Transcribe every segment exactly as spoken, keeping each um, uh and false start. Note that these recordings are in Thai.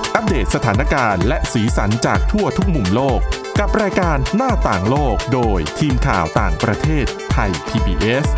อัปเดตสถานการณ์และสีสันจากทั่วทุกมุมโลกกับรายการหน้าต่างโลกโดยทีมข่าวต่างประเทศไทย พี บี เอส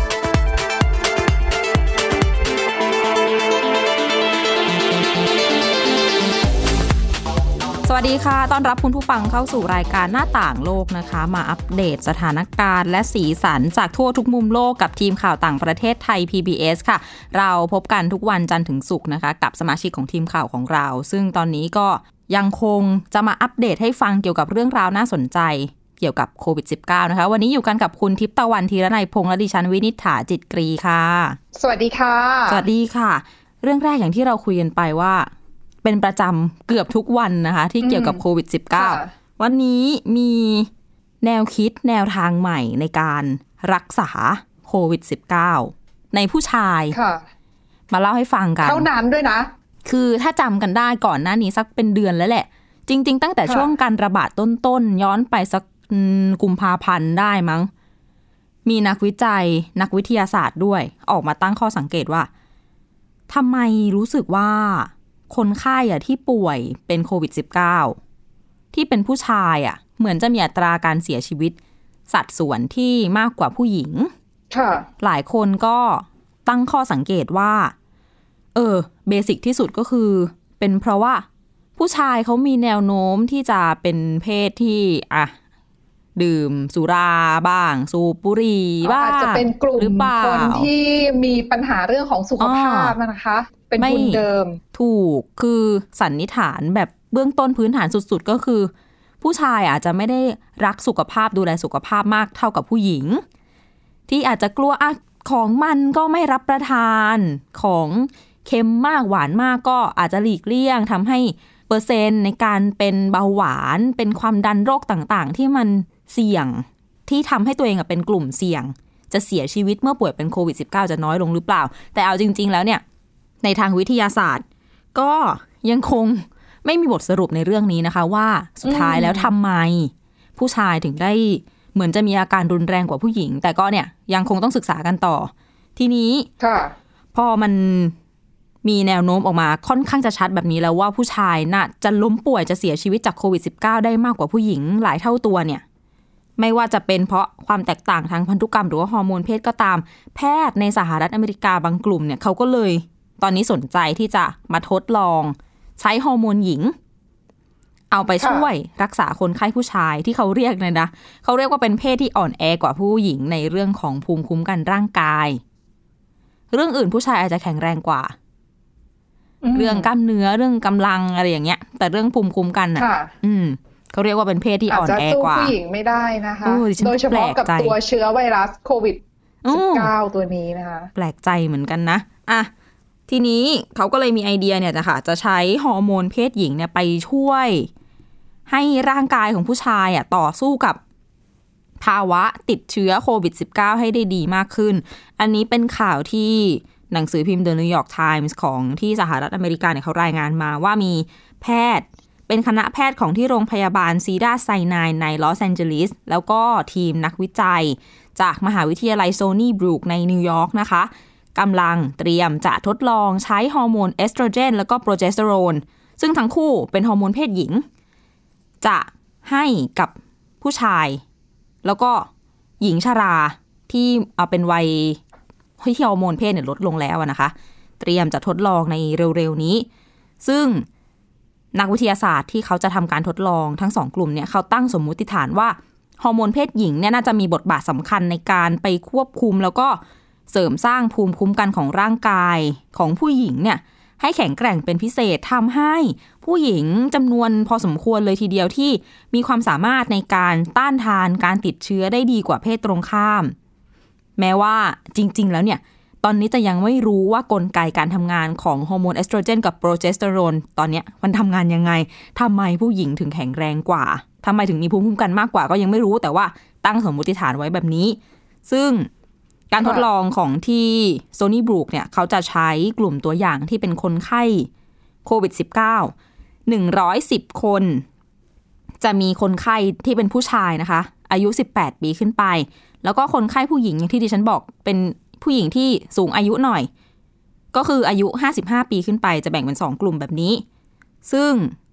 สวัสดีค่ะต้อนรับคุณผู้ฟังเข้าสู่รายการหน้าต่างโลกนะคะมาอัปเดตสถานการณ์และสีสันจากทั่วทุกมุมโลกกับทีมข่าวต่างประเทศไทย พี บี เอส ค่ะเราพบกันทุกวันจันทร์ถึงศุกร์นะคะกับสมาชิกของทีมข่าวของเราซึ่งตอนนี้ก็ยังคงจะมาอัปเดตให้ฟังเกี่ยวกับเรื่องราวน่าสนใจเกี่ยวกับโควิด สิบเก้า นะคะวันนี้อยู่กันกับคุณทิพย์ตะวันธีรนัยพงษ์และดิฉันวินิษฐาจิตกรีค่ะสวัสดีค่ะสวัสดีค่ะเรื่องแรกอย่างที่เราคุยกันไปว่าเป็นประจำเกือบทุกวันนะคะที่เกี่ยวกับโควิด สิบเก้า วันนี้มีแนวคิดแนวทางใหม่ในการรักษาโควิด สิบเก้า ในผู้ชายมาเล่าให้ฟังกันเท่านั้นด้วยนะคือถ้าจำกันได้ก่อนหน้านี้สักเป็นเดือนแล้วแหละจริงๆตั้งแต่ช่วงการระบาดต้นๆย้อนไปสักกุมภาพันธ์ได้มั้งมีนักวิจัยนักวิทยาศาสตร์ด้วยออกมาตั้งข้อสังเกตว่าทำไมรู้สึกว่าคนไข้อ่ะที่ป่วยเป็นโควิด สิบเก้า ที่เป็นผู้ชายอ่ะเหมือนจะมีอัตราการเสียชีวิตสัดส่วนที่มากกว่าผู้หญิงหลายคนก็ตั้งข้อสังเกตว่าเออเบสิกที่สุดก็คือเป็นเพราะว่าผู้ชายเขามีแนวโน้มที่จะเป็นเพศที่อ่ะดื่มสุราบ้างสูบบุหรี่บ้างอาจจะเป็นกลุ่มคนที่มีปัญหาเรื่องของสุขภาพนะคะเป็นทุนเดิมถูกคือสันนิษฐานแบบเบื้องต้นพื้นฐานสุดๆก็คือผู้ชายอาจจะไม่ได้รักสุขภาพดูแลสุขภาพมากเท่ากับผู้หญิงที่อาจจะกลัวอ่ะของมันก็ไม่รับประทานของเค็มมากหวานมากก็อาจจะหลีกเลี่ยงทำให้เปอร์เซ็นต์ในการเป็นเบาหวานเป็นความดันโรคต่างๆที่มันเสี่ยงที่ทำให้ตัวเองเป็นกลุ่มเสี่ยงจะเสียชีวิตเมื่อป่วยเป็นโควิด สิบเก้า จะน้อยลงหรือเปล่าแต่เอาจริงๆแล้วเนี่ยในทางวิทยาศาสตร์ก็ยังคงไม่มีบทสรุปในเรื่องนี้นะคะว่าสุดท้ายแล้วทำไมผู้ชายถึงได้เหมือนจะมีอาการรุนแรงกว่าผู้หญิงแต่ก็เนี่ยยังคงต้องศึกษากันต่อทีนี้พอมันมีแนวโน้มออกมาค่อนข้างจะชัดแบบนี้แล้วว่าผู้ชายน่ะจะล้มป่วยจะเสียชีวิตจากโควิด สิบเก้า ได้มากกว่าผู้หญิงหลายเท่าตัวเนี่ยไม่ว่าจะเป็นเพราะความแตกต่างทางพันธุกรรมหรือว่าฮอร์โมนเพศก็ตามแพทย์ในสหรัฐอเมริกาบางกลุ่มเนี่ยเขาก็เลยตอนนี้สนใจที่จะมาทดลองใช้ฮอร์โมนหญิงเอาไปช่วยรักษาคนไข้ผู้ชายที่เขาเรียกเลยนะเขาเรียกว่าเป็นเพศที่อ่อนแอกว่าผู้หญิงในเรื่องของภูมิคุ้มกันร่างกายเรื่องอื่นผู้ชายอาจจะแข็งแรงกว่าเรื่องกล้ามเนื้อเรื่องกำลังอะไรอย่างเงี้ยแต่เรื่องภูมิคุ้มกันน่ะอืมเขาเรียกว่าเป็นเพศที่อ่อนแอกว่าอาจจะสู้ผู้หญิงไม่ได้นะคะโดยเฉพาะกับตัวเชื้อไวรัสโควิด สิบเก้า ตัวนี้นะคะแปลกใจเหมือนกันนะอ่ะทีนี้เขาก็เลยมีไอเดียเนี่ยนะคะจะใช้ฮอร์โมนเพศหญิงเนี่ยไปช่วยให้ร่างกายของผู้ชายอ่ะต่อสู้กับภาวะติดเชื้อโควิด สิบเก้า ให้ได้ดีมากขึ้นอันนี้เป็นข่าวที่หนังสือพิมพ์ The New York Times ของที่สหรัฐอเมริกาเนี่ยเขารายงานมาว่ามีแพทย์เป็นคณะแพทย์ของที่โรงพยาบาลซีดาร์ไซนายในลอสแอนเจลิสแล้วก็ทีมนักวิจัยจากมหาวิทยาลัยโซนีบรูคในนิวยอร์กนะคะกำลังเตรียมจะทดลองใช้ฮอร์โมนเอสโตรเจนแล้วก็โปรเจสเตอโรนซึ่งทั้งคู่เป็นฮอร์โมนเพศหญิงจะให้กับผู้ชายแล้วก็หญิงชราที่เอาเป็นวัยที่ฮอร์โมนเพศเนี่ยลดลงแล้วนะคะเตรียมจะทดลองในเร็วๆนี้ซึ่งนักวิทยาศาสตร์ที่เขาจะทำการทดลองทั้งสองกลุ่มเนี่ยเขาตั้งสมมุติฐานว่าฮอร์โมนเพศหญิงเนี่ยน่าจะมีบทบาทสำคัญในการไปควบคุมแล้วก็เสริมสร้างภูมิคุ้มกันของร่างกายของผู้หญิงเนี่ยให้แข็งแกร่งเป็นพิเศษทำให้ผู้หญิงจำนวนพอสมควรเลยทีเดียวที่มีความสามารถในการต้านทานการติดเชื้อได้ดีกว่าเพศตรงข้ามแม้ว่าจริงๆแล้วเนี่ยตอนนี้จะยังไม่รู้ว่ากลไกการทำงานของฮอร์โมนเอสโตรเจนกับโปรเจสเตอโรนตอนนี้มันทำงานยังไงทำไมผู้หญิงถึงแข็งแรงกว่าทำไมถึงมีภูมิคุ้มกันมากกว่าก็ยังไม่รู้แต่ว่าตั้งสมมติฐานไว้แบบนี้ซึ่งการทดลองของที่โซนีบรูคเนี่ยเขาจะใช้กลุ่มตัวอย่างที่เป็นคนไข้โควิด สิบเก้า หนึ่งร้อยสิบคนจะมีคนไข้ที่เป็นผู้ชายนะคะอายุสิบแปดปีขึ้นไปแล้วก็คนไข้ผู้หญิงอย่างที่ดิฉันบอกเป็นผู้หญิงที่สูงอายุหน่อยก็คืออายุห้าสิบห้าปีขึ้นไปจะแบ่งเป็นสองกลุ่มแบบนี้ซึ่ง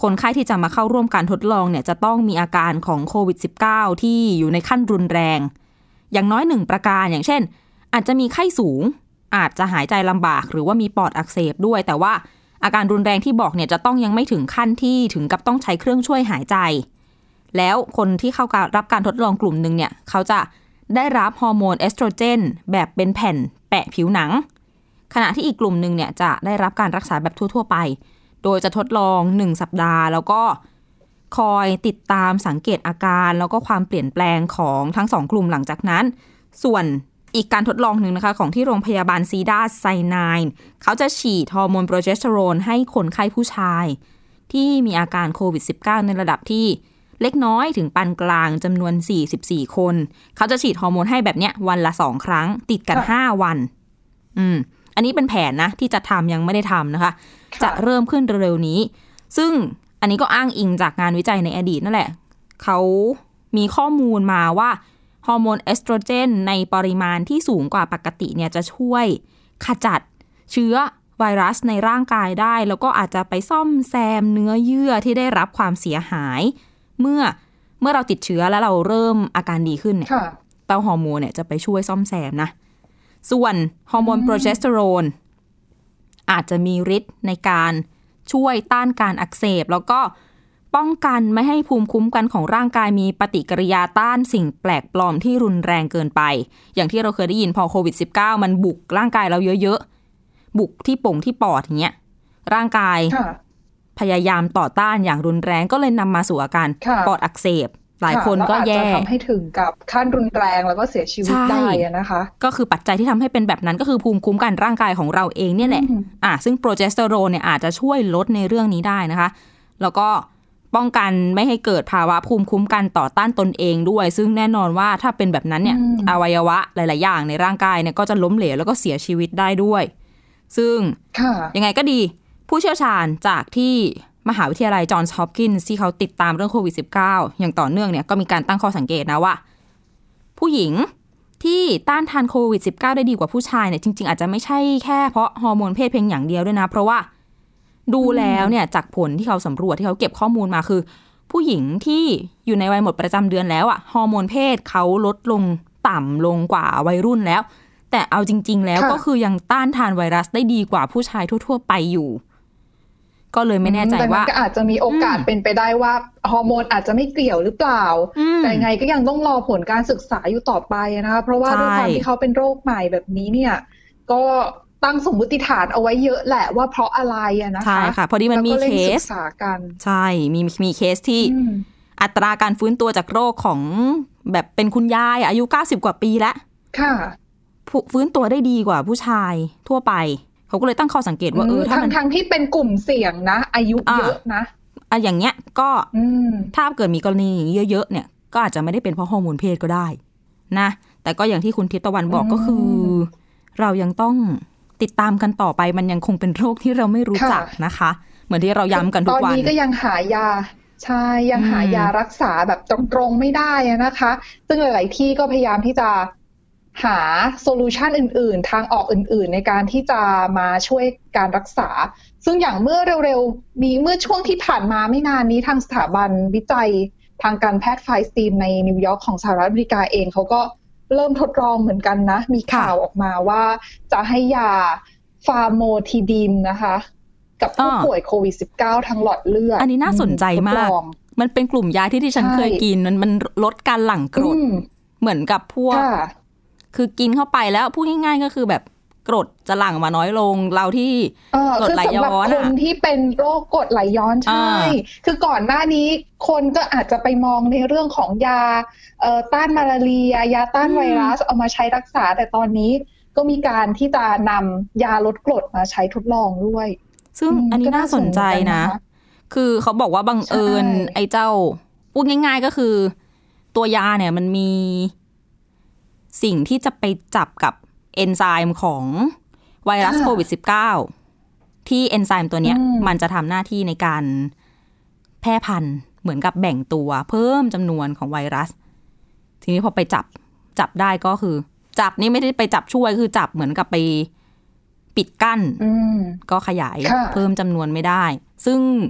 คนไข้ที่จะมาเข้าร่วมการทดลองเนี่ยจะต้องมีอาการของโควิด สิบเก้า ที่อยู่ในขั้นรุนแรงอย่างน้อยหนึ่งประการอย่างเช่นอาจจะมีไข้สูงอาจจะหายใจลำบากหรือว่ามีปอดอักเสบด้วยแต่ว่าอาการรุนแรงที่บอกเนี่ยจะต้องยังไม่ถึงขั้นที่ถึงกับต้องใช้เครื่องช่วยหายใจแล้วคนที่เข้ารับการทดลองกลุ่มนึงเนี่ยเขาจะได้รับฮอร์โมนเอสโตรเจนแบบเป็นแผ่นแปะผิวหนังขณะที่อีกกลุ่มนึงเนี่ยจะได้รับการรักษาแบบทั่วๆไปโดยจะทดลองหนึ่งสัปดาห์แล้วก็คอยติดตามสังเกตอาการแล้วก็ความเปลี่ยนแปลงของทั้งสองกลุ่มหลังจากนั้นส่วนอีกการทดลองหนึ่งนะคะของที่โรงพยาบาลซีดาไซไนน์เขาจะฉีดฮอร์โมนโปรเจสเตอโรนให้คนไข้ผู้ชายที่มีอาการโควิด สิบเก้า ในระดับที่เล็กน้อยถึงปานกลางจำนวนสี่สิบสี่คนเขาจะฉีดฮอร์โมนให้แบบเนี้ยวันละสองครั้งติดกันห้าวันอืมอันนี้เป็นแผนนะที่จะทำยังไม่ได้ทำนะคะจะเริ่มขึ้นเร็วๆนี้ซึ่งอันนี้ก็อ้างอิงจากงานวิจัยในอดีตนั่นแหละเขามีข้อมูลมาว่าฮอร์โมนเอสโตรเจนในปริมาณที่สูงกว่าปกติเนี่ยจะช่วยขจัดเชื้อไวรัสในร่างกายได้แล้วก็อาจจะไปซ่อมแซมเนื้อเยื่อที่ได้รับความเสียหายเมื่อเมื่อเราติดเชื้อแล้วเราเริ่มอาการดีขึ้นเนี่ยเต้าฮอร์โมนเนี่ยจะไปช่วยซ่อมแซมนะส่วนฮอร์โมนโปรเจสเตอโรนอาจจะมีฤทธิ์ในการช่วยต้านการอักเสบแล้วก็ป้องกันไม่ให้ภูมิคุ้มกันของร่างกายมีปฏิกิริยาต้านสิ่งแปลกปลอมที่รุนแรงเกินไปอย่างที่เราเคยได้ยินพอโควิด สิบเก้า มันบุกร่างกายเราเยอะๆบุกที่ป่งที่ปอดอย่างเงี้ยร่างกายพยายามต่อต้านอย่างรุนแรงก็เลยนำมาสู่อาการปอดอักเสบหลายคนก็แย่ทำให้ถึงกับขั้นรุนแรงแล้วก็เสียชีวิตได้นะคะก็คือปัจจัยที่ทำให้เป็นแบบนั้นก็คือภูมิคุ้มกันร่างกายของเราเองเนี่ยแหละอ่ะซึ่งโปรเจสเตอโรนเนี่ยอาจจะช่วยลดในเรื่องนี้ได้นะคะแล้วก็ป้องกันไม่ให้เกิดภาวะภูมิคุ้มกันต่อต้านตนเองด้วยซึ่งแน่นอนว่าถ้าเป็นแบบนั้นเนี่ยอวัยวะหลายๆอย่างในร่างกายเนี่ยก็จะล้มเหลวแล้วก็เสียชีวิตได้ด้วยซึ่งยังไงก็ดีผู้เชี่ยวชาญจากที่มหาวิทยาลัยจอห์นส์ฮอปกินส์ที่เขาติดตามเรื่องโควิด สิบเก้า อย่างต่อเนื่องเนี่ยก็มีการตั้งข้อสังเกตนะว่าผู้หญิงที่ต้านทานโควิด สิบเก้า ได้ดีกว่าผู้ชายเนี่ยจริงๆอาจจะไม่ใช่แค่เพราะฮอร์โมนเพศเพียงอย่างเดียวด้วยนะเพราะว่าดูแล้วเนี่ยจากผลที่เขาสำรวจที่เขาเก็บข้อมูลมาคือผู้หญิงที่อยู่ในวัยหมดประจำเดือนแล้วอะฮอร์โมนเพศเขาลดลงต่ำลงกว่าวัยรุ่นแล้วแต่เอาจริงๆแล้วก็คือยังต้านทานไวรัสได้ดีกว่าผู้ชายทั่วๆไปอยู่ก็เลยไม่แน่ใจว่าก็อาจจะมีโอกาสเป็นไปได้ว่าฮอร์โมนอาจจะไม่เกี่ยวหรือเปล่าแต่ไงก็ยังต้องรอผลการศึกษาอยู่ต่อไปนะคะเพราะว่าด้วยความที่เขาเป็นโรคใหม่แบบนี้เนี่ยก็ตั้งสมมติฐานเอาไว้เยอะแหละว่าเพราะอะไรอะนะคะใช่ค่ะพอดีมันมีเคสใช่มีมีเคสที่อัตราการฟื้นตัวจากโรคของแบบเป็นคุณยายอายุเก้าสิบกว่าปีแล้วค่ะฟื้นตัวได้ดีกว่าผู้ชายทั่วไปเขาก็เลยตั้งข้อสังเกตว่าเออถ้ามันทั้งที่เป็นกลุ่มเสี่ยงนะอายุเยอะนะอ่ะอย่างเงี้ยก็ถ้าเกิดมีกรณีอย่างนี้เยอะๆเนี่ยก็อาจจะไม่ได้เป็นเพราะฮอร์โมนเพศก็ได้นะแต่ก็อย่างที่คุณทิพย์ตะวันบอกก็คือเรายังต้องติดตามกันต่อไปมันยังคงเป็นโรคที่เราไม่รู้จักนะคะเหมือนที่เราย้ำกันทุกวันตอนนี้ก็ยังหายาใช่ยังหายารักษาแบบตรงๆไม่ได้นะคะซึ่งหลายๆที่ก็พยายามที่จะหาโซลูชันอื่นๆทางออกอื่นๆในการที่จะมาช่วยการรักษาซึ่งอย่างเมื่อเร็วๆนี้เมื่อช่วงที่ผ่านมาไม่นานนี้ทางสถาบันวิจัยทางการแพทย์ไฟสตีนในนิวยอร์กของสหรัฐอเมริกาเองเขาก็เริ่มทดลองเหมือนกันนะมีข่าวออกมาว่าจะให้ยาฟาร์โมทิดินนะคะกับผู้ป่วยโควิด สิบเก้า ทางหลอดเลือดอันนี้น่าสนใจมากมันเป็นกลุ่มยาที่ที่ฉันเคยกินมันมันลดการหลั่งกรดเหมือนกับพวกคือกินเข้าไปแล้วพูดง่ายๆก็คือแบบกรดจะหลั่งมาน้อยลงเราที่กรดไหลย้อนคนที่เป็นโรคกรดไหลย้อนใช่คือก่อนหน้านี้คนก็อาจจะไปมองในเรื่องของยาต้านมาลาเรียยาต้านไวรัสเอามาใช้รักษาแต่ตอนนี้ก็มีการที่จะนำยาลดกรดมาใช้ทดลองด้วยซึ่งอันนี้น่าสนใจนะคือเขาบอกว่าบังเอิญไอ้เจ้าพูดง่ายๆก็คือตัวยาเนี่ยมันมีสิ่งที่จะไปจับกับเอนไซม์ของไวรัสโควิด สิบเก้า ที่เอนไซม์ตัวเนี้ยมันจะทำหน้าที่ในการแพร่พันธุ์เหมือนกับแบ่งตัวเพิ่มจำนวนของไวรัสทีนี้พอไปจับจับได้ก็คือจับนี่ไม่ได้ไปจับช่วยคือจับเหมือนกับไปปิดกั้นก็ขยายเพิ่มจำนวนไม่ได้ซึ่ง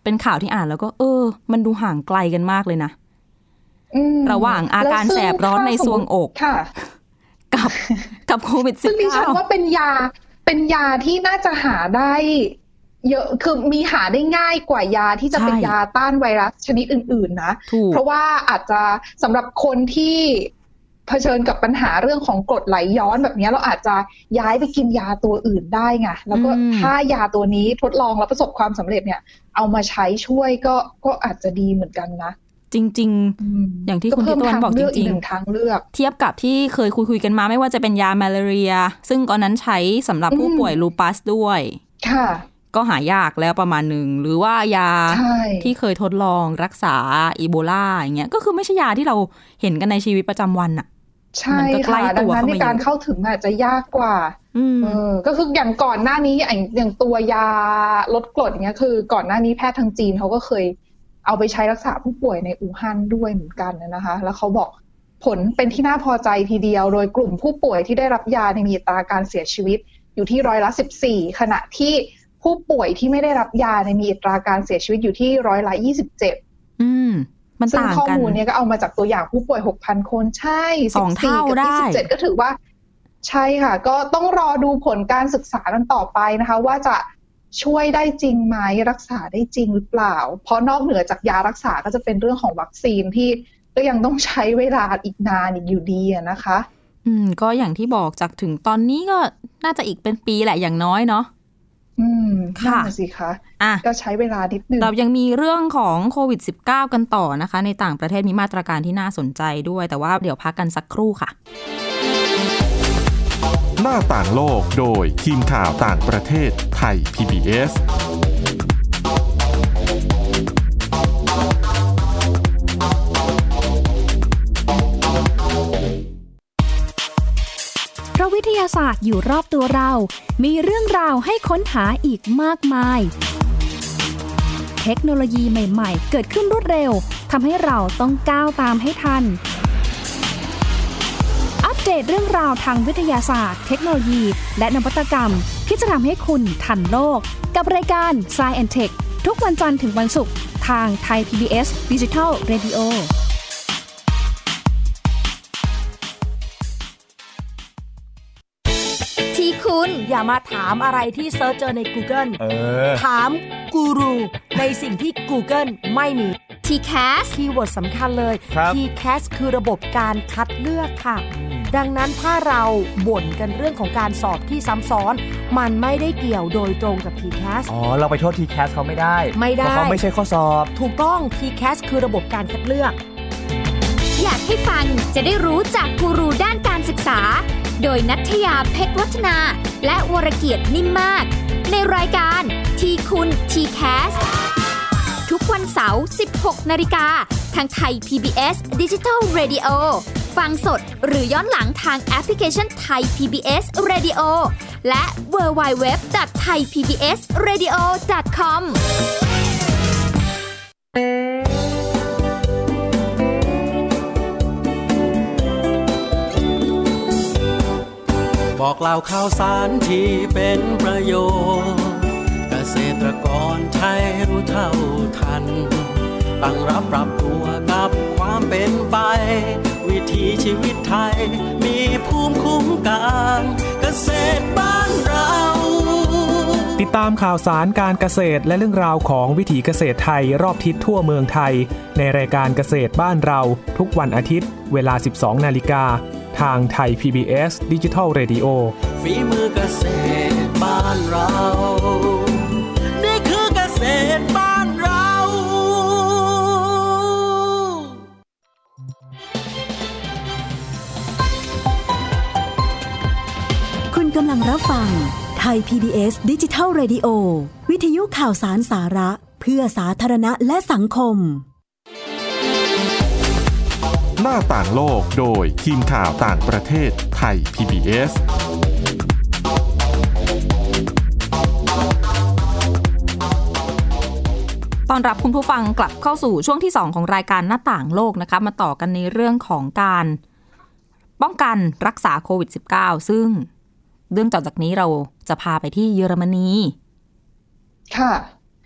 เป็นข่าวที่อ่านแล้วก็เออมันดูห่างไกลกันมากเลยนะระหว่างอาการแสบร้อนในทรวงอกกับกับโควิดสิบเก้าซึ่งดิฉันว่าเป็นยาเป็นยาที่น่าจะหาได้เยอะคือมีหาได้ง่ายกว่ายาที่จะเป็นยาต้านไวรัสชนิดอื่นๆนะเพราะว่าอาจจะสำหรับคนที่เผชิญกับปัญหาเรื่องของกรดไหลย้อนแบบนี้เราอาจจะย้ายไปกินยาตัวอื่นได้ไงแล้วก็ถ้ายาตัวนี้ทดลองแล้วประสบความสำเร็จเนี่ยเอามาใช้ช่วยก็ก็อาจจะดีเหมือนกันนะจริงๆอย่างที่คุณทิพย์ตะวันบอกจริงๆทางเลือกเทียบกับที่เคยคุยๆกันมาไม่ว่าจะเป็นยามาลาเรียซึ่งตอนนั้นใช้สำหรับผู้ป่วยลูปัสด้วยค่ะก็หายากแล้วประมาณหนึ่งหรือว่ายาที่เคยทดลองรักษาอีโบลาอย่างเงี้ยก็คือไม่ใช่ยาที่เราเห็นกันในชีวิตประจำวันอะใช่ค่ะดังนั้นในการเข้าถึงอาจจะยากกว่าเออก็คืออย่างก่อนหน้านี้อย่างตัวยาลดกรดอย่างเงี้ยคือก่อนหน้านี้แพทย์ทางจีนเขาก็เคยเอาไปใช้รักษาผู้ป่วยในอู่ฮั่นด้วยเหมือนกันนะคะแล้วเขาบอกผลเป็นที่น่าพอใจทีเดียวโดยกลุ่มผู้ป่วยที่ได้รับยาในมีอัตราการเสียชีวิตอยู่ที่ร้อยละสิบสี่ขณะที่ผู้ป่วยที่ไม่ได้รับยาในมีอัตราการเสียชีวิตอยู่ที่ร้อยละยี่สิบเจ็ดอืมมันต่างกันซึ่งข้อมูลนี้ก็เอามาจากตัวอย่างผู้ป่วย หกพัน คนใช่สองเท่าได้ยี่สิบเจ็ดก็ถือว่าใช่ค่ะก็ต้องรอดูผลการศึกษากันต่อไปนะคะว่าจะช่วยได้จริงไหมรักษาได้จริงหรือเปล่าเพราะนอกเหนือจากยารักษาก็จะเป็นเรื่องของวัคซีนที่ก็ยังต้องใช้เวลาอีกนานอีกอยู่ดีนะคะอืมก็อย่างที่บอกจากถึงตอนนี้ก็น่าจะอีกเป็นปีแหละอย่างน้อยเนาะอืมค่ะสิคะอ่ะก็ใช้เวลานิดนึงเรายังมีเรื่องของโควิด สิบเก้า กันต่อนะคะในต่างประเทศมีมาตรการที่น่าสนใจด้วยแต่ว่าเดี๋ยวพักกันสักครู่ค่ะหน้าต่างโลกโดยทีมข่าวต่างประเทศไทย พี บี เอสเพราะวิทยาศาสตร์อยู่รอบตัวเรามีเรื่องราวให้ค้นหาอีกมากมายเทคโนโลยีใหม่ๆเกิดขึ้นรวดเร็วทำให้เราต้องก้าวตามให้ทันอัปเดตเรื่องราวทางวิทยาศาสตร์เทคโนโลยีและนวัตกรรมที่จะทำให้คุณทันโลกกับรายการ Science แอนด์ Tech ทุกวันจันทร์ถึงวันศุกร์ทางไทย พี บี เอส Digital Radio ที่คุณอย่ามาถามอะไรที่เซิร์ชเจอใน Google เออถามกูรูในสิ่งที่ Google ไม่มี ที แคส คีย์เวิร์ดสำคัญเลย ที แคส คือระบบการคัดเลือกค่ะดังนั้นถ้าเราบ่นกันเรื่องของการสอบที่ซ้ำซ้อนมันไม่ได้เกี่ยวโดยตรงกับ ที แคสอ๋อเราไปโทษ ที แคส เขาไม่ได้ไม่ได้เพราะเขาไม่ใช่ข้อสอบถูกต้อง ที แคส คือระบบการคัดเลือกอยากให้ฟังจะได้รู้จากกูรูด้านการศึกษาโดยณัฐยาเพชรวัฒนาและวรเกียรตินิ่มมากในรายการทีคุณ ที แคส ทุกวันเสาร์ สิบหกนาฬิกาทางไทย พี บี เอส Digital Radio ฟังสดหรือย้อนหลังทางแอปพลิเคชันไทย พี บี เอส Radio และ ดับเบิลยู ดับเบิลยู ดับเบิลยู ดอท ไทย พี บี เอส เรดิโอ ดอท คอมบอกเล่าข่าวสารที่เป็นประโยชน์เกษตรกรไทยรู้เท่าทันตั้งรับปรับตัวกับความเป็นไปวิถีชีวิตไทยมีภูมิคุ้มกันเกษตรบ้านเราติดตามข่าวสารการเกษตรและเรื่องราวของวิถีเกษตรไทยรอบทิศทั่วเมืองไทยในรายการเกษตรบ้านเราทุกวันอาทิตย์เวลา สิบสองนาฬิกาทางไทย พี บี เอส Digital Radio ฝีมือเกษตรบ้านเรานี่คือเกษตรบ้านเราคุณกำลังรับฟังไทย พี บี เอส Digital Radio วิทยุข่าวสารสาระเพื่อสาธารณะและสังคมหน้าต่างโลกโดยทีมข่าวต่างประเทศไทย พี บี เอสต้อนรับคุณผู้ฟังกลับเข้าสู่ช่วงที่สองของรายการหน้าต่างโลกนะคะมาต่อกันในเรื่องของการป้องกันรักษาโควิด สิบเก้า ซึ่งเรื่องต่อจากนี้เราจะพาไปที่เยอรมนีค่ะ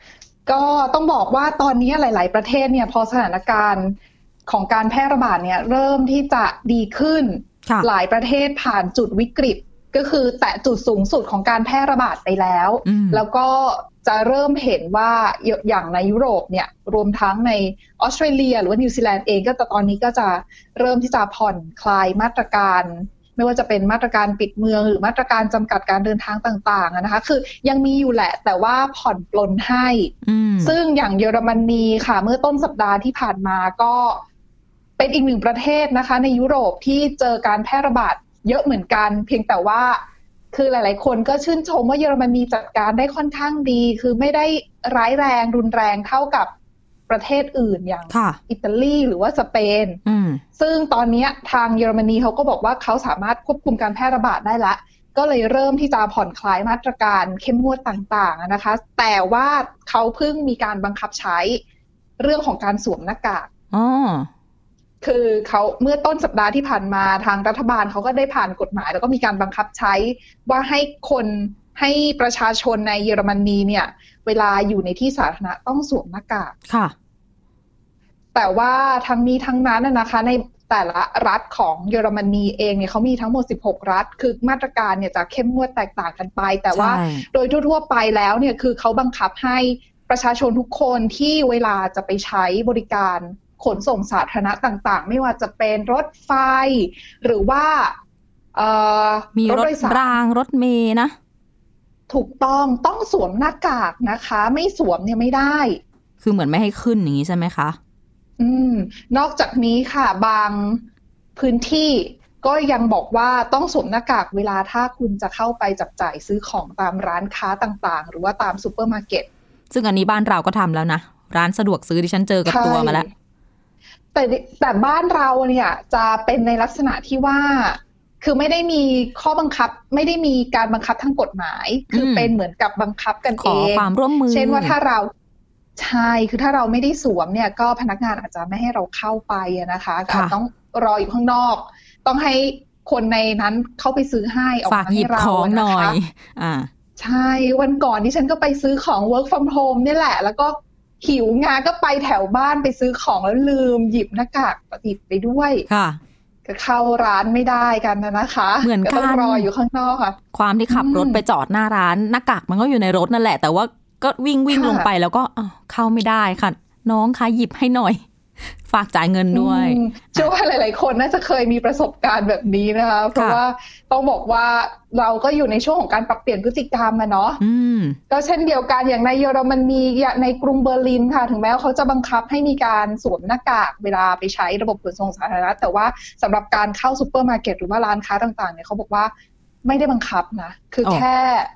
ก็ต้องบอกว่าตอนนี้หลายๆประเทศเนี่ยพอสถานการณ์ของการแพร่ระบาดเนี่ยเริ่มที่จะดีขึ้นหลายประเทศผ่านจุดวิกฤตก็คือแตะจุดสูงสุดของการแพร่ระบาดไปแล้วแล้วก็จะเริ่มเห็นว่าอย่างในยุโรปเนี่ยรวมทั้งในออสเตรเลียหรือว่านิวซีแลนด์เองก็ตอนนี้ก็จะเริ่มที่จะผ่อนคลายมาตรการไม่ว่าจะเป็นมาตรการปิดเมืองหรือมาตรการจำกัดการเดินทางต่างๆนะคะคือยังมีอยู่แหละแต่ว่าผ่อนปลนให้ซึ่งอย่างเยอรมนีค่ะเมื่อต้นสัปดาห์ที่ผ่านมาก็เป็นอีกหนึ่งประเทศนะคะในยุโรปที่เจอการแพร่ระบาดเยอะเหมือนกันเพียงแต่ว่าคือหลายๆคนก็ชื่นชมว่าเยอรมนีจัดการได้ค่อนข้างดีคือไม่ได้ร้ายแรงรุนแรงเท่ากับประเทศอื่นอย่างอิตาลีหรือว่าสเปนซึ่งตอนนี้ทางเยอรมนีเขาก็บอกว่าเขาสามารถควบคุมการแพร่ระบาดได้ละก็เลยเริ่มที่จะผ่อนคลายมาตรการเข้มงวดต่างๆนะคะแต่ว่าเขาเพิ่งมีการบังคับใช้เรื่องของการสวมหน้ากากคือเขาเมื่อต้นสัปดาห์ที่ผ่านมาทางรัฐบาลเขาก็ได้ผ่านกฎหมายแล้วก็มีการบังคับใช้ว่าให้คนให้ประชาชนในเยอรมนีเนี่ยเวลาอยู่ในที่สาธารณะต้องสวมหน้ากากค่ะแต่ว่าทั้งนี้ทั้งนั้นนะคะในแต่ละรัฐของเยอรมนีเองเนี่ยเขามีทั้งหมดสิบหกรัฐคือมาตรการเนี่ยจะเข้มงวดแตกต่างกันไปแต่ว่าโดยทั่วๆไปแล้วเนี่ยคือเขาบังคับให้ประชาชนทุกคนที่เวลาจะไปใช้บริการขนส่งสาธารณะต่างๆไม่ว่าจะเป็นรถไฟหรือว่ามีรถรางรถเมล์นะถูกต้องต้องสวมหน้ากากนะคะไม่สวมเนี่ยไม่ได้คือเหมือนไม่ให้ขึ้นอย่างนี้ใช่ไหมคะอืมนอกจากนี้ค่ะบางพื้นที่ก็ยังบอกว่าต้องสวมหน้ากากเวลาถ้าคุณจะเข้าไปจับจ่ายซื้อของตามร้านค้าต่างๆหรือว่าตามซูเปอร์มาร์เก็ตซึ่งอันนี้บ้านเราก็ทำแล้วนะร้านสะดวกซื้อที่ฉันเจอกับตัวมาแล้วแต่แต่บ้านเราเนี่ยจะเป็นในลักษณะที่ว่าคือไม่ได้มีข้อบังคับไม่ได้มีการบังคับทางกฎหมายคือเป็นเหมือนกับบังคับกันเองขอความร่วมมือเช่นว่าถ้าเราใช่คือถ้าเราไม่ได้สวมเนี่ยก็พนักงานอาจจะไม่ให้เราเข้าไปนะคะอาจต้องรออยู่ข้างนอกต้องให้คนในนั้นเข้าไปซื้อให้ออกมาให้เรานะคะอ่าใช่วันก่อนที่ฉันก็ไปซื้อของ work from home นี่แหละแล้วก็หิวงานก็ไปแถวบ้านไปซื้อของแล้วลืมหยิบหน้ากากติดไปด้วยค่ะก็เข้าร้านไม่ได้กันนะคะเหมือนกันต้องรออยู่ข้างนอกค่ะความที่ขับรถไปจอดหน้าร้านหน้ากากมันก็อยู่ในรถนั่นแหละแต่ว่าก็วิ่งวิ่งลงไปแล้วก็เข้าไม่ได้ค่ะน้องคะหยิบให้หน่อยฝากจ่ายเงินด้วยเชื่อว่าหลายๆคนน่าจะเคยมีประสบการณ์แบบนี้นะคะเพราะว่าต้องบอกว่าเราก็อยู่ในช่วงของการปรับเปลี่ยนพฤติกรรมอะเนาะก็เช่นเดียวกันอย่างในเยอรมนีในกรุงเบอร์ลินค่ะถึงแม้ว่าเขาจะบังคับให้มีการสวมหน้ากากเวลาไปใช้ระบบขนส่งสาธารณะแต่ว่าสำหรับการเข้าซูเปอร์มาร์เก็ตหรือว่าร้านค้าต่างๆเนี่ยเขาบอกว่าไม่ได้บังคับนะคือแค่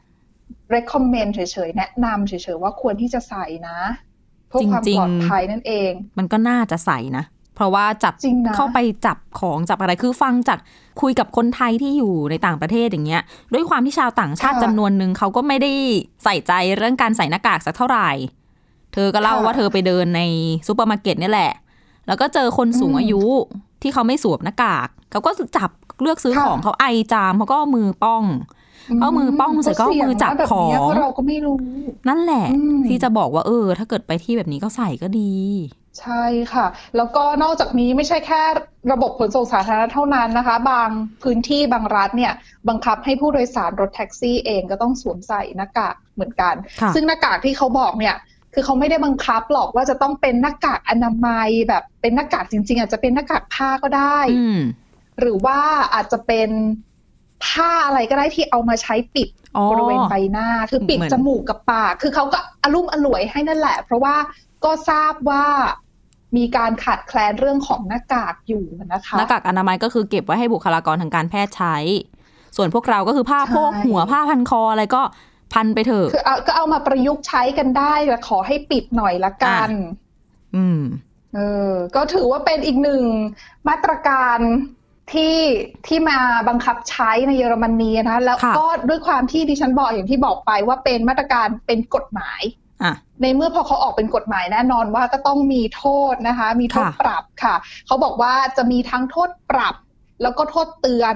recommend เฉยๆแนะนำเฉยๆว่าควรที่จะใส่นะเพื่อความปลอดภัยนั่นเองมันก็น่าจะใส่นะเพราะว่าจับเข้าไปจับของจับอะไรคือฟังจากคุยกับคนไทยที่อยู่ในต่างประเทศอย่างเงี้ยด้วยความที่ชาวต่างชาติจำนวนนึงเขาก็ไม่ได้ใส่ใจเรื่องการใส่หน้ากากสักเท่าไหร่เธอก็เล่าว่าเธอไปเดินในซูเปอร์มาร์เก็ตนี่แหละแล้วก็เจอคนสูงอายุที่เขาไม่สวมหน้ากากเขาก็จับเลือกซื้อของเขาไอจามเขาก็มือป้องเอามือป้องเสร็จก็มือจับของเราก็ไม่รู้นั่นแหละที่จะบอกว่าเออถ้าเกิดไปที่แบบนี้ก็ใส่ก็ดีใช่ค่ะแล้วก็นอกจากนี้ไม่ใช่แค่ระบบขนส่งสาธารณะเท่านั้นนะคะบางพื้นที่บางรัฐเนี่ยบังคับให้ผู้โดยสารรถแท็กซี่เองก็ต้องสวมใส่หน้ากากเหมือนกันซึ่งหน้ากากที่เขาบอกเนี่ยคือเขาไม่ได้บังคับหรอกว่าจะต้องเป็นหน้ากากอนามัยแบบเป็นหน้ากากจริงๆอาจจะเป็นหน้ากากผ้าก็ได้หรือว่าอาจจะเป็นผ้าอะไรก็ได้ที่เอามาใช้ปิดบริเวณใบหน้าคือปิดจมูกกับปากคือเขาก็อลุ่มอล่วยให้นั่นแหละเพราะว่าก็ทราบว่ามีการขาดแคลนเรื่องของหน้ากากอยู่นะคะหน้ากากอนามัยก็คือเก็บไว้ให้บุคลากรทางการแพทย์ใช้ส่วนพวกเราก็คือผ้าโพกหัวผ้าพันคออะไรก็พันไปเถอะคือเอาก็เอามาประยุกต์ใช้กันได้แต่ขอให้ปิดหน่อยละกันอืมเออก็ถือว่าเป็นอีกหนึ่งมาตรการที่ที่มาบังคับใช้ในเยอรมนีนะคะแล้วก็ด้วยความที่ดิฉันบอกอย่างที่บอกไปว่าเป็นมาตรการเป็นกฎหมายในเมื่อพอเขาออกเป็นกฎหมายแน่นอนว่าก็ต้องมีโทษนะคะมีโทษปรับค่ะเขาบอกว่าจะมีทั้งโทษปรับแล้วก็โทษเตือน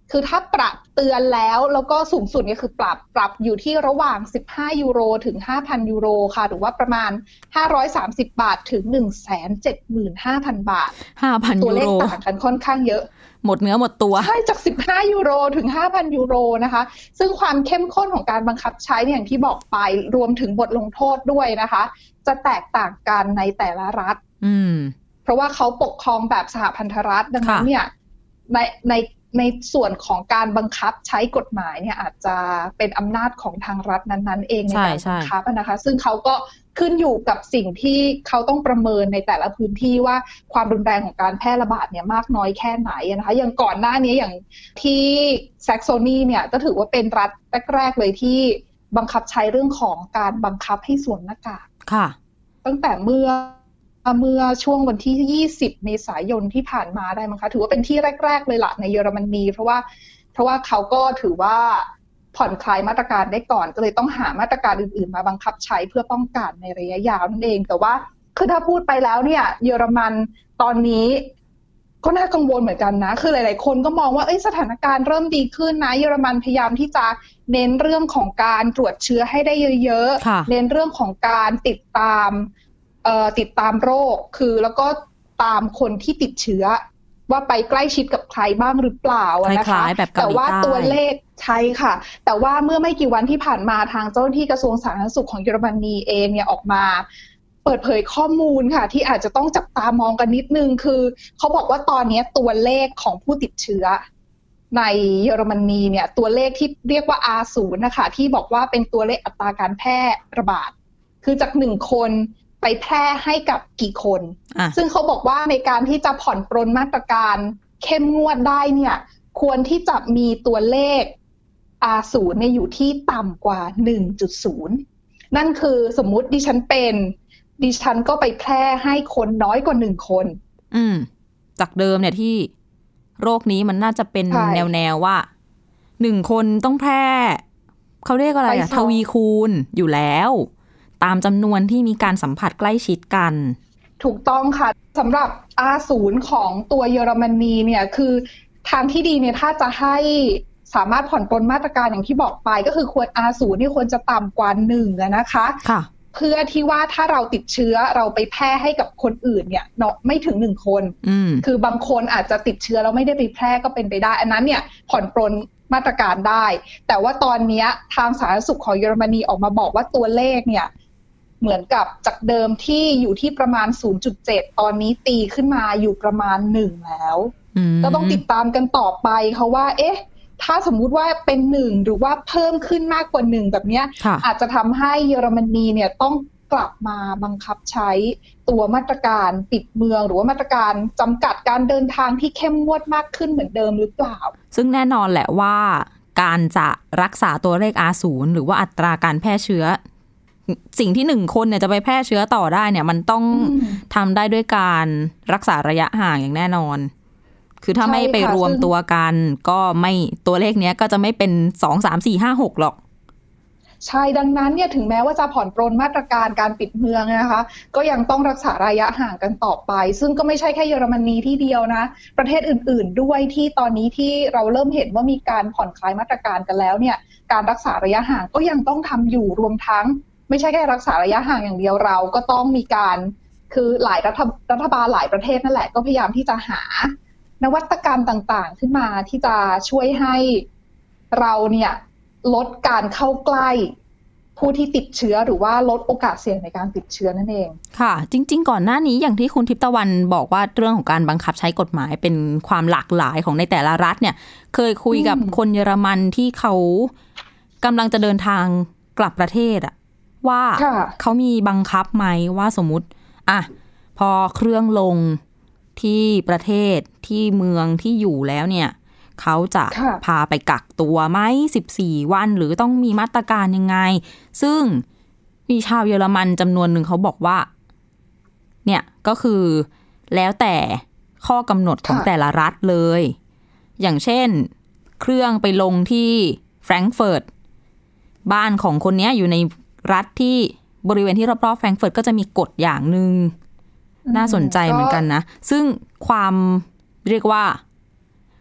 คือถ้าปรับเตือนแล้วแล้วก็สูงสุดเนี่ยคือปรับปรับอยู่ที่ระหว่างสิบห้ายูโรถึง ห้าพัน ยูโรค่ะหรือว่าประมาณห้าร้อยสามสิบบาทถึง หนึ่งแสนเจ็ดหมื่นห้าพัน บาทห้าพัน ยูโรตัวเลขต่างกันค่อนข้างเยอะหมดเนื้อหมดตัวใช่จากสิบห้ายูโรถึง ห้าพัน ยูโรนะคะซึ่งความเข้มข้นของการบังคับใช้อย่างที่บอกไปรวมถึงบทลงโทษด้วยนะคะจะแตกต่างกันในแต่ละรัฐอืมเพราะว่าเขาปกครองแบบสหพันธรัฐดังนั้นเนี่ยในในในส่วนของการบังคับใช้กฎหมายเนี่ยอาจจะเป็นอำนาจของทางรัฐนั้นๆเองในการบังคับนะคะซึ่งเขาก็ขึ้นอยู่กับสิ่งที่เขาต้องประเมินในแต่ละพื้นที่ว่าความรุนแรงของการแพร่ระบาดเนี่ยมากน้อยแค่ไหนนะคะอย่างก่อนหน้านี้อย่างที่แซกโซนีเนี่ยก็ถือว่าเป็นรัฐแรกๆเลยที่บังคับใช้เรื่องของการบังคับให้สวมหน้ากากค่ะตั้งแต่เมื่อเมื่อช่วงวันที่ยี่สิบเมษายนที่ผ่านมาได้มั้งคะถือว่าเป็นที่แรกๆเลยล่ะในเยอรมนีเพราะว่าเพราะว่าเขาก็ถือว่าผ่อนคลายมาตรการได้ก่อนก็เลยต้องหามาตรการอื่นๆมาบังคับใช้เพื่อป้องกันในระยะยาวนั่นเองแต่ว่าคือถ้าพูดไปแล้วเนี่ยเยอรมันตอนนี้ก็น่ากังวลเหมือนกันนะคือหลายๆคนก็มองว่าเอ้ยสถานการณ์เริ่มดีขึ้นนะเยอรมันพยายามที่จะเน้นเรื่องของการตรวจเชื้อให้ได้เยอะๆเน้นเรื่องของการติดตามเอ่อติดตามโรคคือแล้วก็ตามคนที่ติดเชื้อว่าไปใกล้ชิดกับใครบ้างหรือเปล่านะคะแต่ว่าตัวเลขใช่ค่ะแต่ว่าเมื่อไม่กี่วันที่ผ่านมาทางเจ้าหน้าที่กระทรวงสาธารณสุขของเยอรมนีเองเนี่ยออกมาเปิดเผยข้อมูลค่ะที่อาจจะต้องจับตามองกันนิดนึงคือเขาบอกว่าตอนนี้ตัวเลขของผู้ติดเชื้อในเยอรมนีเนี่ยตัวเลขที่เรียกว่า อาร์ ศูนย์ นะคะที่บอกว่าเป็นตัวเลขอัตราการแพร่ระบาดคือจากหนึ่งคนไปแพร่ให้กับกี่คนซึ่งเขาบอกว่าในการที่จะผ่อนปรนมาตรการเข้มงวดได้เนี่ยควรที่จะมีตัวเลข อาร์ ศูนย์ เนี่ยอยู่ที่ต่ำกว่า หนึ่งจุดศูนย์ นั่นคือสมมุติดิฉันเป็นดิฉันก็ไปแพร่ให้คนน้อยกว่าหนึ่งคนอืมจากเดิมเนี่ยที่โรคนี้มันน่าจะเป็นแนวแนวว่าหนึ่งคนต้องแพร่เขาเรียกอะไรอะทวีคูณอยู่แล้วตามจำนวนที่มีการสัมผัสใกล้ชิดกันถูกต้องค่ะสำหรับ อาร์ ศูนย์ ของตัวเยอรมนีเนี่ยคือทางที่ดีเนี่ยถ้าจะให้สามารถผ่อนปรนมาตรการอย่างที่บอกไปก็คือควร อาร์ ศูนย์ นี่ควรจะต่ำกว่าหนึ่งนะคะค่ะเพื่อที่ว่าถ้าเราติดเชื้อเราไปแพร่ให้กับคนอื่นเนี่ยเนาะไม่ถึงหนึ่งคนคือบางคนอาจจะติดเชื้อแล้วไม่ได้ไปแพร่ก็เป็นไปได้อันนั้นเนี่ยผ่อนปรนมาตรการได้แต่ว่าตอนนี้ทางสาธารณสุขของเยอรมนีออกมาบอกว่าตัวเลขเนี่ยเหมือนกับจากเดิมที่อยู่ที่ประมาณ ศูนย์จุดเจ็ด ตอนนี้ตีขึ้นมาอยู่ประมาณหนึ่งแล้วก็ต้องติดตามกันต่อไปเขาว่าเอ๊ะถ้าสมมุติว่าเป็นหนึ่งหรือว่าเพิ่มขึ้นมากกว่าหนึ่งแบบนี้อาจจะทำให้เยอรมนีเนี่ยต้องกลับมาบังคับใช้ตัวมาตรการปิดเมืองหรือว่ามาตรการจำกัดการเดินทางที่เข้มงวดมากขึ้นเหมือนเดิมหรือเปล่าซึ่งแน่นอนแหละว่าการจะรักษาตัวเลข อาร์ ศูนย์ หรือว่าอัตราการแพร่เชื้อสิ่งที่หนึ่งคนเนี่ยจะไปแพร่เชื้อต่อได้เนี่ยมันต้องทำได้ด้วยการรักษาระยะห่างอย่างแน่นอนคือถ้าไม่ไปรวมตัวกันก็ไม่ตัวเลขเนี้ยก็จะไม่เป็นสอง สาม สี่ ห้า หกหรอกใช่ดังนั้นเนี่ยถึงแม้ว่าจะผ่อนปรนมาตรการการปิดเมืองนะคะก็ยังต้องรักษาระยะห่างกันต่อไปซึ่งก็ไม่ใช่แค่เยอรมนีที่เดียวนะประเทศอื่นๆด้วยที่ตอนนี้ที่เราเริ่มเห็นว่ามีการผ่อนคลายมาตรการกันแล้วเนี่ยการรักษาระยะห่างก็ยังต้องทำอยู่รวมทั้งไม่ใช่แค่รักษาระยะห่างอย่างเดียวเราก็ต้องมีการคือหลายรัฐรัฐบาลหลายประเทศนั่นแหละก็พยายามที่จะหานวัตกรรมต่างๆขึ้นมาที่จะช่วยให้เราเนี่ยลดการเข้าใกล้ผู้ที่ติดเชื้อหรือว่าลดโอกาสเสี่ยงในการติดเชื้อนั่นเองค่ะจริงๆก่อนหน้านี้อย่างที่คุณทิพย์ตะวันบอกว่าเรื่องของการบังคับใช้กฎหมายเป็นความหลากหลายของในแต่ละรัฐเนี่ยเคยคุยกับคนเยอรมันที่เขากำลังจะเดินทางกลับประเทศอะว่าเขามีบังคับไหมว่าสมมุติอ่ะพอเครื่องลงที่ประเทศที่เมืองที่อยู่แล้วเนี่ยเขาจะพาไปกักตัวไหมสิบสี่วันหรือต้องมีมาตรการยังไงซึ่งมีชาวเยอรมันจำนวนหนึ่งเขาบอกว่าเนี่ยก็คือแล้วแต่ข้อกำหนดของแต่ละรัฐเลยอย่างเช่นเครื่องไปลงที่แฟรงก์เฟิร์ตบ้านของคนนี้อยู่ในรัฐที่บริเวณที่รอบๆแฟรงก์เฟิร์ตก็จะมีกฎอย่างนึงน่าสนใจเหมือนกันนะซึ่งความเรียกว่า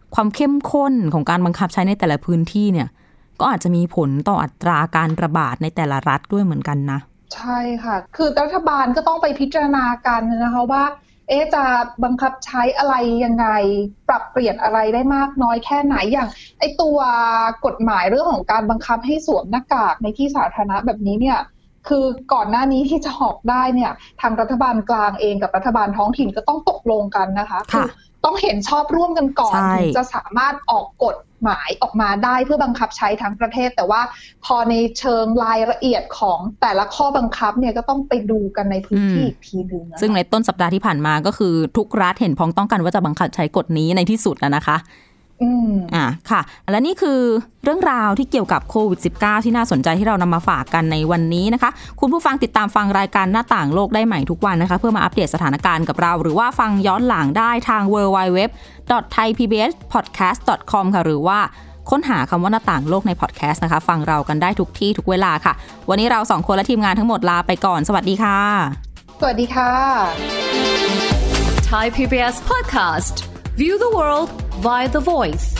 ความเข้มข้นของการบังคับใช้ในแต่ละพื้นที่เนี่ยก็อาจจะมีผลต่ออัตราการระบาดในแต่ละรัฐด้วยเหมือนกันนะใช่ค่ะคือรัฐบาลก็ต้องไปพิจารณากันนะคะว่าเอ๊ะจะบังคับใช้อะไรยังไงปรับเปลี่ยนอะไรได้มากน้อยแค่ไหนอย่างไอตัวกฎหมายเรื่องของการบังคับให้สวมหน้ากากในที่สาธารณะแบบนี้เนี่ยคือก่อนหน้านี้ที่จะออกได้เนี่ยทางรัฐบาลกลางเองกับรัฐบาลท้องถิ่นก็ต้องตกลงกันนะคะคือต้องเห็นชอบร่วมกันก่อนถึงจะสามารถออกกฎหมายออกมาได้เพื่อบังคับใช้ทั้งประเทศแต่ว่าพอในเชิงรายละเอียดของแต่ละข้อบังคับเนี่ยก็ต้องไปดูกันในพื้นที่อีกทีนึงซึ่งในต้นสัปดาห์ที่ผ่านมาก็คือทุกรัฐเห็นพ้องต้องกันว่าจะบังคับใช้กฎนี้ในที่สุดแล้วนะคะอืมอ่าค่ะและนี่คือเรื่องราวที่เกี่ยวกับโควิด สิบเก้า ที่น่าสนใจที่เรานำมาฝากกันในวันนี้นะคะคุณผู้ฟังติดตามฟังรายการหน้าต่างโลกได้ใหม่ทุกวันนะคะเพื่อมาอัปเดตสถานการณ์กับเราหรือว่าฟังย้อนหลังได้ทาง ดับเบิลยู ดับเบิลยู ดับเบิลยู ดอท ไทย พี บี เอส พอดแคสต์ ดอท คอม ค่ะหรือว่าค้นหาคำว่าหน้าต่างโลกในพอดแคสต์นะคะฟังเรากันได้ทุกที่ทุกเวลาค่ะวันนี้เราสองคนและทีมงานทั้งหมดลาไปก่อนสวัสดีค่ะสวัสดีค่ะ Thai พี บี เอส Podcast View the world via the voice